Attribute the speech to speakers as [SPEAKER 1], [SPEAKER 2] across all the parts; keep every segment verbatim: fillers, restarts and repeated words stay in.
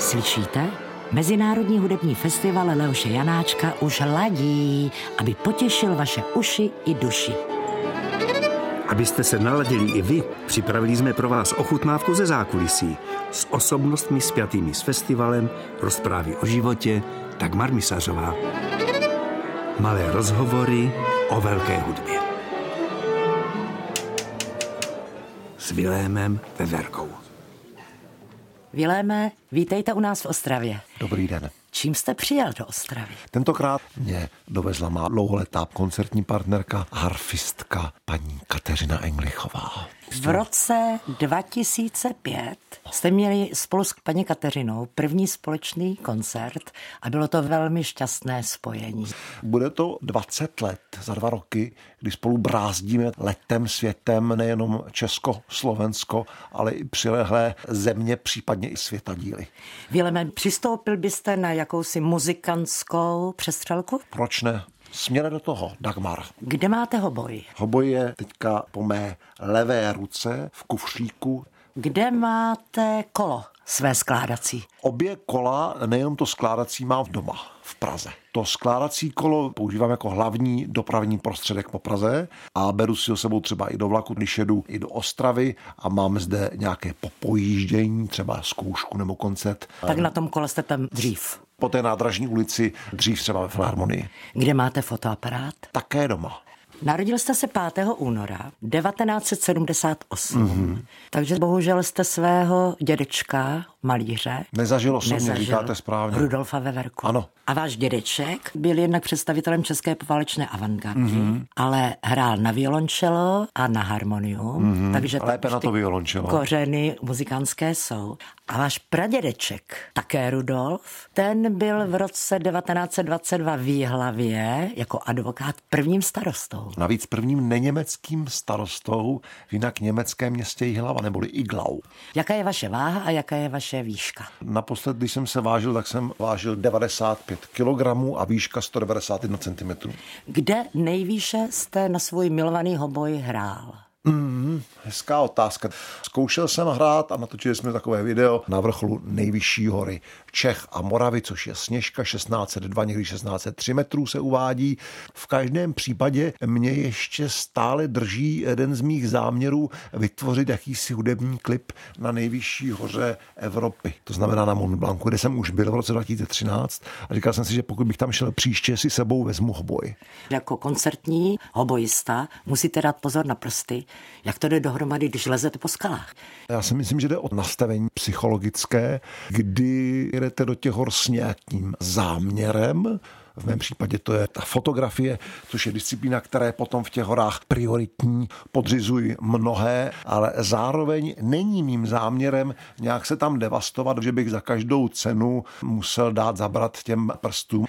[SPEAKER 1] Slyšíte? Mezinárodní hudební festival Leoše Janáčka už ladí, aby potěšil vaše uši i duši.
[SPEAKER 2] Abyste se naladili i vy, připravili jsme pro vás ochutnávku ze zákulisí s osobnostmi spjatými s festivalem, rozprávy o životě, Dagmar Misařová. Malé rozhovory o velké hudbě. S Vilémem Veverkou.
[SPEAKER 1] Viléme, vítejte u nás v Ostravě.
[SPEAKER 3] Dobrý den.
[SPEAKER 1] Čím jste přijel do Ostravy?
[SPEAKER 3] Tentokrát mě dovezla má dlouholetá koncertní partnerka, harfistka paní Kateřina Englichová.
[SPEAKER 1] V roce dva tisíce pět jste měli spolu s paní Kateřinou první společný koncert a bylo to velmi šťastné spojení.
[SPEAKER 3] Bude to dvacet let, za dva roky, kdy spolu brázdíme letem světem nejenom Česko, Slovensko, ale i přilehlé země, případně i světadíly.
[SPEAKER 1] Vileme, přistoupil byste na jakousi muzikantskou přestřelku?
[SPEAKER 3] Proč ne? Směle do toho, Dagmar.
[SPEAKER 1] Kde máte hoboj?
[SPEAKER 3] Hoboj je teďka po mé levé ruce v kufříku.
[SPEAKER 1] Kde máte kolo své skládací?
[SPEAKER 3] Obě kola, nejenom to skládací, mám doma v Praze. To skládací kolo používám jako hlavní dopravní prostředek po Praze a beru si ho sebou třeba i do vlaku, když jedu i do Ostravy a mám zde nějaké popojíždění, třeba zkoušku nebo koncert.
[SPEAKER 1] Tak na tom kole jste tam dřív?
[SPEAKER 3] Po té nádražní ulici, dřív třeba ve Filharmonii.
[SPEAKER 1] Kde máte fotoaparát?
[SPEAKER 3] Také doma.
[SPEAKER 1] Narodil jste se pátého února devatenáct set sedmdesát osm, mm-hmm. takže bohužel jste svého dědečka, malíře,
[SPEAKER 3] Nezažil osobně, říkáte správně.
[SPEAKER 1] Rudolfa Veverku.
[SPEAKER 3] Ano.
[SPEAKER 1] A váš dědeček byl jednak představitelem české poválečné avantgardy, mm-hmm. ale hrál na violončelo a na harmonium,
[SPEAKER 3] mm-hmm.
[SPEAKER 1] takže
[SPEAKER 3] lépe na to violončelo.
[SPEAKER 1] Kořeny muzikánské jsou. A váš pradědeček, také Rudolf, ten byl v roce devatenáct set dvacet dva v Jihlavě jako advokát prvním starostou.
[SPEAKER 3] Navíc prvním neněmeckým starostou v jinak německém městě Jihlava, neboli Iglau.
[SPEAKER 1] Jaká je vaše váha a jaká je vaše výška?
[SPEAKER 3] Naposled, když jsem se vážil, tak jsem vážil devadesát pět kilogramů a výška sto devadesát jedna centimetrů.
[SPEAKER 1] Kde nejvýše jste na svůj milovaný hoboj hrál?
[SPEAKER 3] Mm, hezká otázka. Zkoušel jsem hrát a natočili jsme takové video na vrcholu nejvyšší hory Čech a Moravy, což je Sněžka, šestnáct set dva, někdy šestnáct set tři metrů se uvádí. V každém případě mě ještě stále drží jeden z mých záměrů vytvořit jakýsi hudební klip na nejvyšší hoře Evropy. To znamená na Mont Blancu, kde jsem už byl v roce dva tisíce třináct a říkal jsem si, že pokud bych tam šel příště, si sebou vezmu hoboj.
[SPEAKER 1] Jako koncertní hobojista musíte dát pozor na prsty. Jak to jde dohromady, když lezete po skalách?
[SPEAKER 3] Já si myslím, že jde o nastavení psychologické, kdy jdete do těch hor s nějakým záměrem. V mém případě to je ta fotografie, což je disciplína, které potom v těch horách prioritní, podřizují mnohé, ale zároveň není mým záměrem nějak se tam devastovat, že bych za každou cenu musel dát zabrat těm prstům.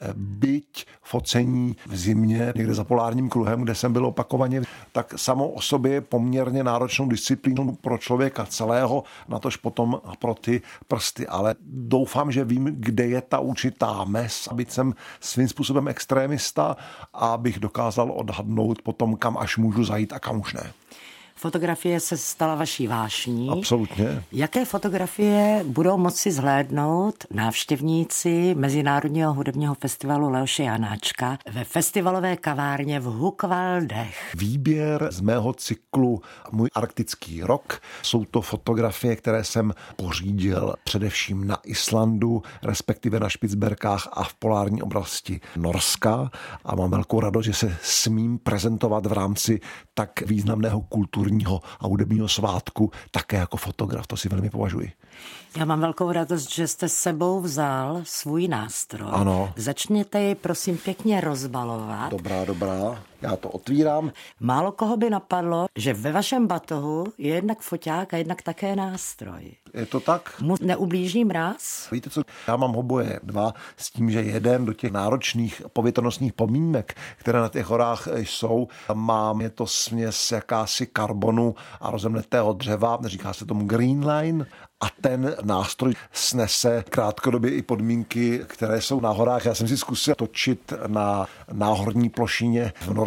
[SPEAKER 3] Byť focení v zimě někde za polárním kruhem, kde jsem byl opakovaně, tak samo o sobě je poměrně náročnou disciplínou pro člověka celého, natož potom pro ty prsty. Ale doufám, že vím, kde je ta určitá mez, aby jsem svým způsobem extrémista a abych dokázal odhadnout potom, kam až můžu zajít a kam už ne.
[SPEAKER 1] Fotografie se stala vaší vášní.
[SPEAKER 3] Absolutně.
[SPEAKER 1] Jaké fotografie budou moci zhlédnout návštěvníci Mezinárodního hudebního festivalu Leoše Janáčka ve festivalové kavárně v Hukvaldech?
[SPEAKER 3] Výběr z mého cyklu Můj arktický rok. Jsou to fotografie, které jsem pořídil především na Islandu, respektive na Špicberkách a v polární oblasti Norska. A mám velkou radost, že se smím prezentovat v rámci tak významného kulturního a hudebního svátku také jako fotograf. To si velmi považuji.
[SPEAKER 1] Já mám velkou radost, že jste s sebou vzal svůj nástroj.
[SPEAKER 3] Ano.
[SPEAKER 1] Začněte ji prosím pěkně rozbalovat.
[SPEAKER 3] Dobrá, dobrá. Já to otvírám.
[SPEAKER 1] Málo koho by napadlo, že ve vašem batohu je jednak foťák a jednak také nástroj.
[SPEAKER 3] Je to tak?
[SPEAKER 1] Mu neublíží mráz?
[SPEAKER 3] Víte co, já mám hoboje dva s tím, že jeden do těch náročných povětrnostních pomínek, které na těch horách jsou, mám, je to směs jakási karbonu a rozemletého dřeva, říká se tomu green line, a ten nástroj snese krátkodobě i podmínky, které jsou na horách. Já jsem si zkusil točit na náhorní plošině v Norsku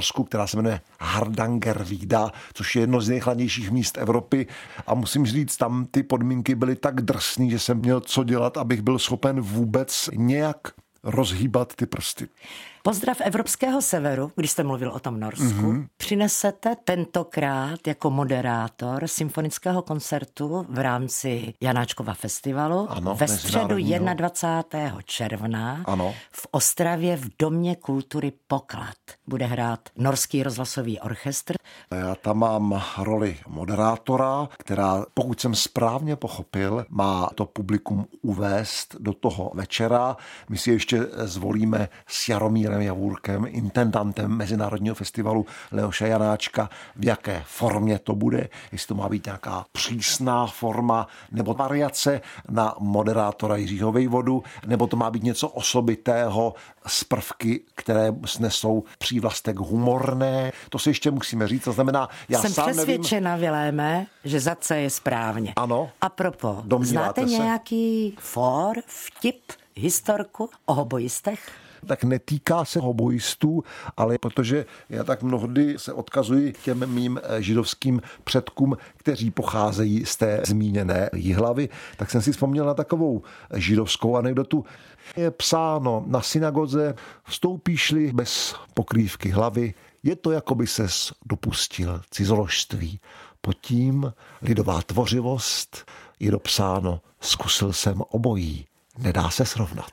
[SPEAKER 3] Norsku, která se jmenuje Hardangervída, což je jedno z nejchladnějších míst Evropy. A musím říct, tam ty podmínky byly tak drsný, že jsem měl co dělat, abych byl schopen vůbec nějak rozhýbat ty prsty.
[SPEAKER 1] Pozdrav evropského severu, když jste mluvil o tom Norsku, mm-hmm. přinesete tentokrát jako moderátor symfonického koncertu v rámci Janáčkova festivalu
[SPEAKER 3] ano,
[SPEAKER 1] ve středu dvacátého prvního června
[SPEAKER 3] ano.
[SPEAKER 1] v Ostravě v Domě kultury Poklad. Bude hrát Norský rozhlasový orchestr.
[SPEAKER 3] Já tam mám roli moderátora, která, pokud jsem správně pochopil, má to publikum uvést do toho večera. My si ještě zvolíme s Jaromírem Javůrkem, intendantem Mezinárodního festivalu Leoše Janáčka, v jaké formě to bude, jestli to má být nějaká přísná forma nebo variace na moderátora Jiřího Vejvodu, nebo to má být něco osobitého z prvky, které snesou přívlastek humorné. To si ještě musíme říct, to znamená, já
[SPEAKER 1] Jsem
[SPEAKER 3] sám
[SPEAKER 1] přesvědčena,
[SPEAKER 3] nevím.
[SPEAKER 1] Viléme, že za C je správně.
[SPEAKER 3] Ano.
[SPEAKER 1] A propo,
[SPEAKER 3] Domníváte
[SPEAKER 1] znáte
[SPEAKER 3] se?
[SPEAKER 1] nějaký for, vtip, historku o hobojistech?
[SPEAKER 3] Tak netýká se hobojistů, ale protože já tak mnohdy se odkazuji k těm mým židovským předkům, kteří pocházejí z té zmíněné Jihlavy, tak jsem si vzpomněl na takovou židovskou anekdotu. Je psáno na synagoze, vstoupíš-li bez pokrývky hlavy, je to, jako by ses dopustil cizoložství. Pod tím lidová tvořivost, je dopsáno, zkusil jsem obojí. Nedá se srovnat.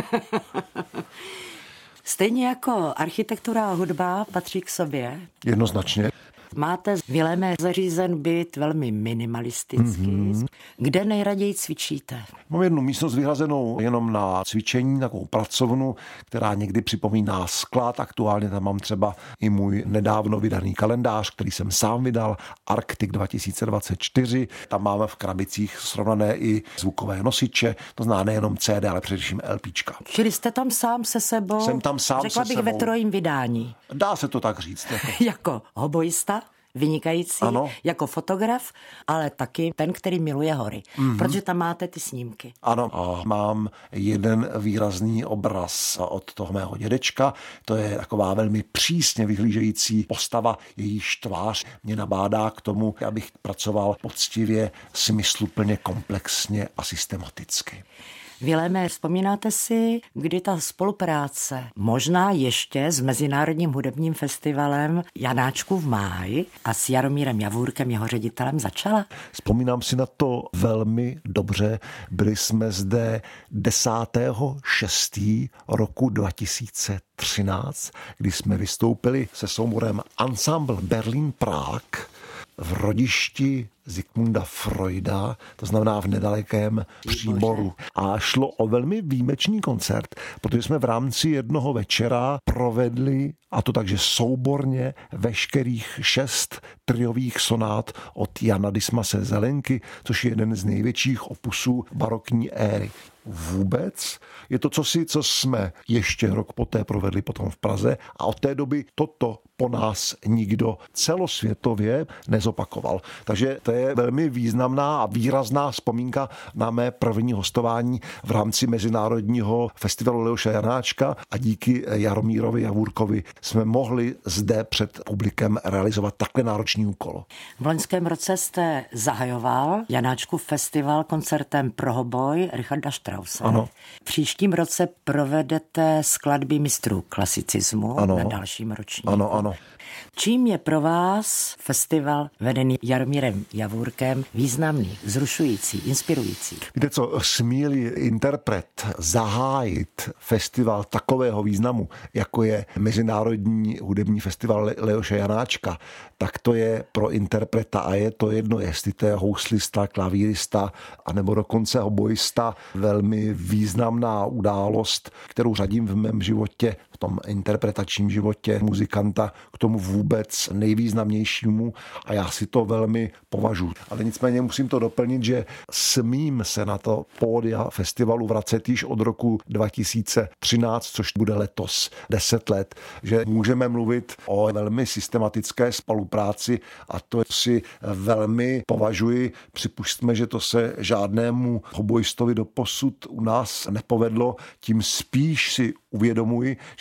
[SPEAKER 1] Stejně jako architektura a hudba patří k sobě.
[SPEAKER 3] Jednoznačně.
[SPEAKER 1] Máte v Vilémé zařízen byt velmi minimalistický. Mm-hmm. Kde nejraději cvičíte?
[SPEAKER 3] Mám jednu místnost vyhrazenou jenom na cvičení, takovou pracovnu, která někdy připomíná sklad. Aktuálně tam mám třeba i můj nedávno vydaný kalendář, který jsem sám vydal, Arktik dva tisíce dvacet čtyři. Tam máme v krabicích srovnané i zvukové nosiče, to zná nejenom C D, ale především LPčka.
[SPEAKER 1] Čili jste tam sám se sebou?
[SPEAKER 3] Jsem tam sám
[SPEAKER 1] Řekla
[SPEAKER 3] se
[SPEAKER 1] bych
[SPEAKER 3] sebou.
[SPEAKER 1] Ve trojím vydání.
[SPEAKER 3] Dá se to tak říct. Jako,
[SPEAKER 1] jako hobojista? Vynikající,
[SPEAKER 3] ano.
[SPEAKER 1] Jako fotograf, ale taky ten, který miluje hory, mm-hmm. protože tam máte ty snímky.
[SPEAKER 3] Ano, a mám jeden výrazný obraz od toho mého dědečka, to je taková velmi přísně vyhlížející postava, jejíž tvář mě nabádá k tomu, abych pracoval poctivě, smysluplně, komplexně a systematicky.
[SPEAKER 1] Viléme, vzpomínáte si, kdy ta spolupráce možná ještě s Mezinárodním hudebním festivalem Janáčkův máj a s Jaromírem Javůrkem, jeho ředitelem, začala?
[SPEAKER 3] Vzpomínám si na to velmi dobře. Byli jsme zde desátého šestého roku dva tisíce třináct, kdy jsme vystoupili se souborem Ensemble Berlin Prague v rodišti Sigmunda Freuda, to znamená v nedalekém Příboru. A šlo o velmi výjimečný koncert, protože jsme v rámci jednoho večera provedli, a to takže souborně, veškerých šest triových sonát od Jana Dismase Zelenky, což je jeden z největších opusů barokní éry. Vůbec je to cosi, co jsme ještě rok poté provedli potom v Praze a od té doby toto po nás nikdo celosvětově nezopakoval. Takže to je velmi významná a výrazná vzpomínka na mé první hostování v rámci Mezinárodního festivalu Leoše Janáčka a díky Jaromírovi Javůrkovi jsme mohli zde před publikem realizovat takhle náročný úkol.
[SPEAKER 1] V loňském roce jste zahajoval Janáčkův festival koncertem pro hoboj Richarda Strausse.
[SPEAKER 3] Ano.
[SPEAKER 1] V příštím roce provedete skladby mistrů klasicismu
[SPEAKER 3] ano.
[SPEAKER 1] na dalším ročníku.
[SPEAKER 3] Ano, ano.
[SPEAKER 1] Čím je pro vás festival vedený Jaromírem Javůrkem významný, vzrušující, inspirující?
[SPEAKER 3] Víte co, smí-li interpret zahájit festival takového významu, jako je Mezinárodní hudební festival Leoše Janáčka, tak to je pro interpreta a je to jedno, jestli to je houslista, klavírista, anebo dokonce hobojista, velmi významná událost, kterou řadím v mém životě, v tom interpretačním životě muzikanta k tomu vůbec nejvýznamnějšímu a já si to velmi považuji. Ale nicméně musím to doplnit, že smím se na to pódia festivalu vracet již od roku dva tisíce třináct, což bude letos deset let, že můžeme mluvit o velmi systematické spolupráci a to si velmi považuji. Připustíme, že to se žádnému hobojistovi doposud u nás nepovedlo, tím spíš si uvědomuji, že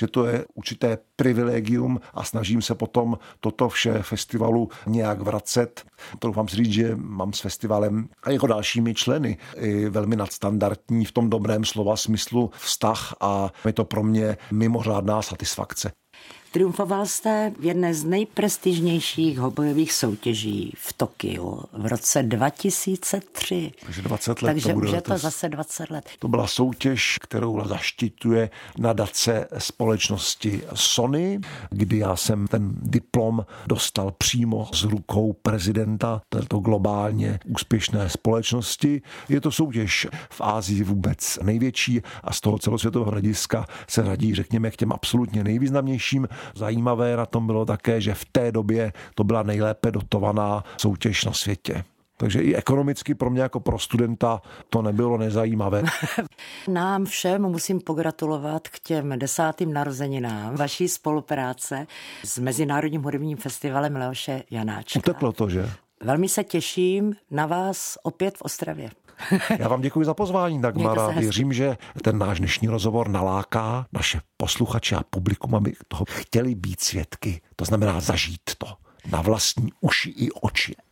[SPEAKER 3] to je určité privilegium a snažím se potom toto vše festivalu nějak vracet. To doufám si říct, že mám s festivalem a jeho dalšími členy i velmi nadstandardní v tom dobrém slova smyslu vztah a je to pro mě mimořádná satisfakce.
[SPEAKER 1] Triumfoval jste v jedné z nejprestižnějších hokejových soutěží v Tokiu v roce dva tisíce tři.
[SPEAKER 3] Takže dvacet let.
[SPEAKER 1] Takže
[SPEAKER 3] to bude
[SPEAKER 1] už je to
[SPEAKER 3] letos.
[SPEAKER 1] zase dvacet let.
[SPEAKER 3] To byla soutěž, kterou zaštiťuje nadace společnosti Sony, kdy já jsem ten diplom dostal přímo z rukou prezidenta této globálně úspěšné společnosti. Je to soutěž v Asii vůbec největší a z toho celosvětového hlediska se řadí, řekněme, k těm absolutně nejvýznamnějším. Zajímavé na tom bylo také, že v té době to byla nejlépe dotovaná soutěž na světě. Takže i ekonomicky pro mě jako pro studenta to nebylo nezajímavé.
[SPEAKER 1] Nám všem musím pogratulovat k těm desátým narozeninám vaší spolupráce s Mezinárodním hudebním festivalem Leoše Janáčka.
[SPEAKER 3] Uteklo to, že?
[SPEAKER 1] Velmi se těším na vás opět v Ostravě.
[SPEAKER 3] Já vám děkuji za pozvání, Dagmara. Věřím, že ten náš dnešní rozhovor naláká naše posluchače a publikum, aby toho chtěli být svědky. To znamená zažít to na vlastní uši i oči.